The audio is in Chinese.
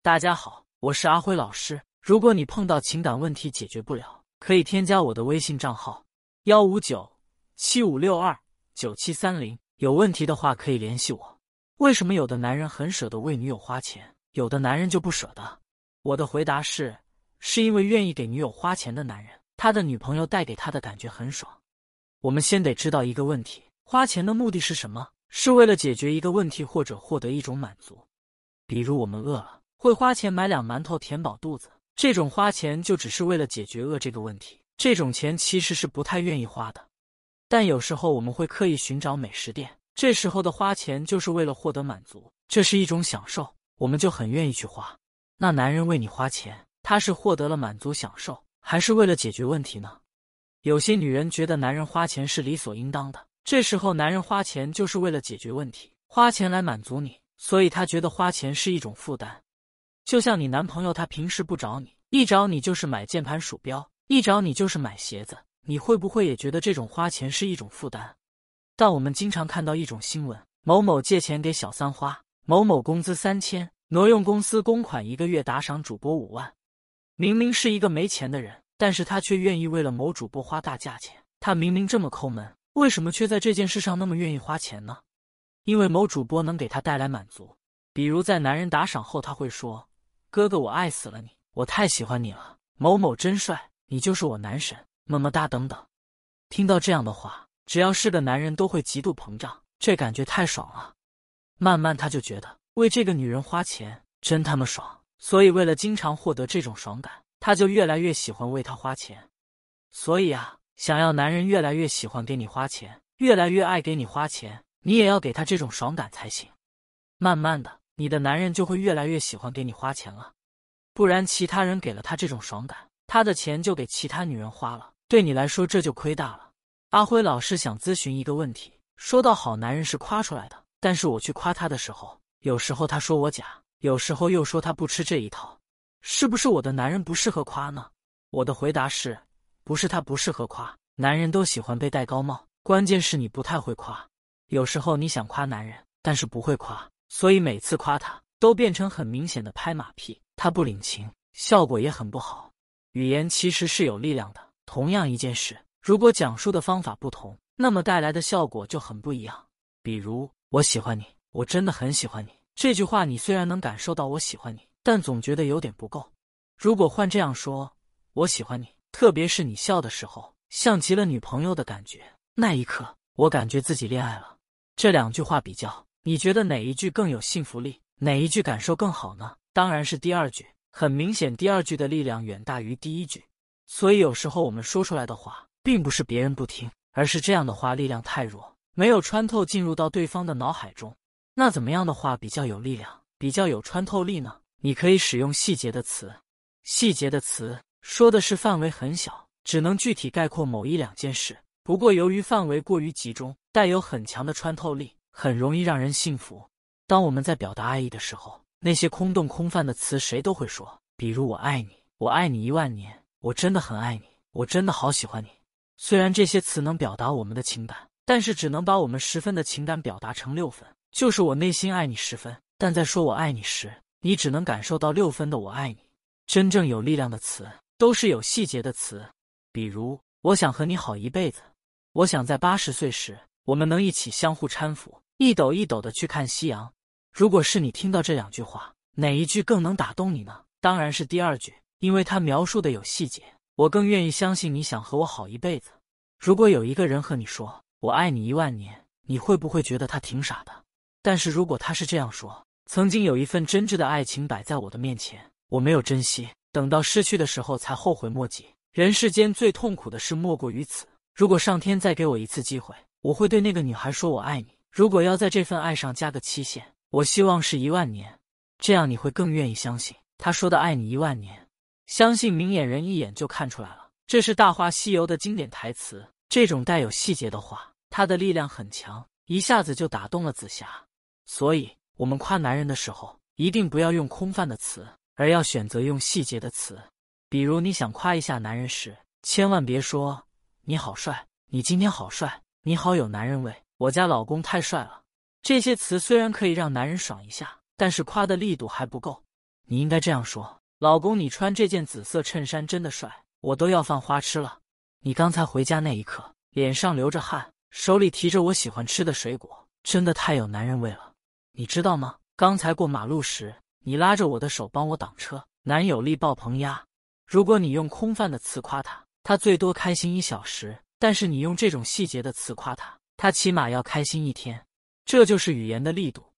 大家好，我是阿辉老师。如果你碰到情感问题解决不了，可以添加我的微信账号15975629730，有问题的话可以联系我。为什么有的男人很舍得为女友花钱，有的男人就不舍得？我的回答是因为愿意给女友花钱的男人，他的女朋友带给他的感觉很爽。我们先得知道一个问题，花钱的目的是什么？是为了解决一个问题或者获得一种满足。比如我们饿了，会花钱买2馒头填饱肚子，这种花钱就只是为了解决饿这个问题，这种钱其实是不太愿意花的。但有时候我们会刻意寻找美食店，这时候的花钱就是为了获得满足，这是一种享受，我们就很愿意去花。那男人为你花钱，他是获得了满足享受，还是为了解决问题呢？有些女人觉得男人花钱是理所应当的，这时候男人花钱就是为了解决问题，花钱来满足你，所以他觉得花钱是一种负担。就像你男朋友，他平时不找你，一找你就是买键盘鼠标，一找你就是买鞋子，你会不会也觉得这种花钱是一种负担？但我们经常看到一种新闻，某某借钱给小三花，某某工资3000，挪用公司公款1个月打赏主播5万。明明是一个没钱的人，但是他却愿意为了某主播花大价钱。他明明这么抠门，为什么却在这件事上那么愿意花钱呢？因为某主播能给他带来满足。比如在男人打赏后，他会说：哥哥我爱死了你，我太喜欢你了，某某真帅，你就是我男神，么么哒等等。听到这样的话，只要是个男人都会极度膨胀，这感觉太爽了。慢慢他就觉得为这个女人花钱真他妈爽，所以为了经常获得这种爽感，他就越来越喜欢为她花钱。所以啊，想要男人越来越喜欢给你花钱，越来越爱给你花钱，你也要给他这种爽感才行。慢慢的，你的男人就会越来越喜欢给你花钱了。不然其他人给了他这种爽感，他的钱就给其他女人花了，对你来说这就亏大了。阿辉老师想咨询一个问题，说到好男人是夸出来的，但是我去夸他的时候，有时候他说我假，有时候又说他不吃这一套，是不是我的男人不适合夸呢？我的回答是，不是他不适合夸，男人都喜欢被戴高帽，关键是你不太会夸。有时候你想夸男人，但是不会夸，所以每次夸他都变成很明显的拍马屁，他不领情，效果也很不好。语言其实是有力量的，同样一件事，如果讲述的方法不同，那么带来的效果就很不一样。比如我喜欢你，我真的很喜欢你，这句话你虽然能感受到我喜欢你，但总觉得有点不够。如果换这样说，我喜欢你，特别是你笑的时候，像极了女朋友的感觉，那一刻我感觉自己恋爱了。这2句话比较，你觉得哪一句更有幸福力，哪一句感受更好呢？当然是第2句，很明显第2句的力量远大于第1句。所以有时候我们说出来的话，并不是别人不听，而是这样的话力量太弱，没有穿透进入到对方的脑海中。那怎么样的话比较有力量，比较有穿透力呢？你可以使用细节的词。细节的词说的是范围很小，只能具体概括某1、2件事，不过由于范围过于集中，带有很强的穿透力，很容易让人信服。当我们在表达爱意的时候，那些空洞空泛的词谁都会说，比如我爱你，我爱你1万年，我真的很爱你，我真的好喜欢你。虽然这些词能表达我们的情感，但是只能把我们10分的情感表达成6分，就是我内心爱你10分，但在说我爱你时，你只能感受到6分的我爱你。真正有力量的词都是有细节的词，比如我想和你好一辈子，我想在80岁时我们能一起相互搀扶，一抖一抖的去看夕阳。如果是你听到这2句话，哪一句更能打动你呢？当然是第2句，因为它描述的有细节，我更愿意相信你想和我好一辈子。如果有一个人和你说我爱你1万年，你会不会觉得他挺傻的？但是如果他是这样说，曾经有一份真挚的爱情摆在我的面前，我没有珍惜，等到失去的时候才后悔莫及。人世间最痛苦的事莫过于此。如果上天再给我一次机会，我会对那个女孩说我爱你。如果要在这份爱上加个期限，我希望是1万年，这样你会更愿意相信他说的爱你1万年。相信明眼人一眼就看出来了，这是《大话西游》的经典台词。这种带有细节的话，它的力量很强，一下子就打动了紫霞。所以我们夸男人的时候，一定不要用空泛的词，而要选择用细节的词。比如你想夸一下男人时，千万别说你好帅，你今天好帅，你好有男人味，我家老公太帅了。这些词虽然可以让男人爽一下，但是夸的力度还不够。 你应该这样说：老公，你穿这件紫色衬衫真的帅，我都要放花痴了。你刚才回家那一刻，脸上流着汗，手里提着我喜欢吃的水果，真的太有男人味了。你知道吗？刚才过马路时，你拉着我的手帮我挡车，男友力爆棚呀！如果你用空泛的词夸他，他最多开心1小时，但是你用这种细节的词夸他，他起码要开心1天。这就是语言的力度。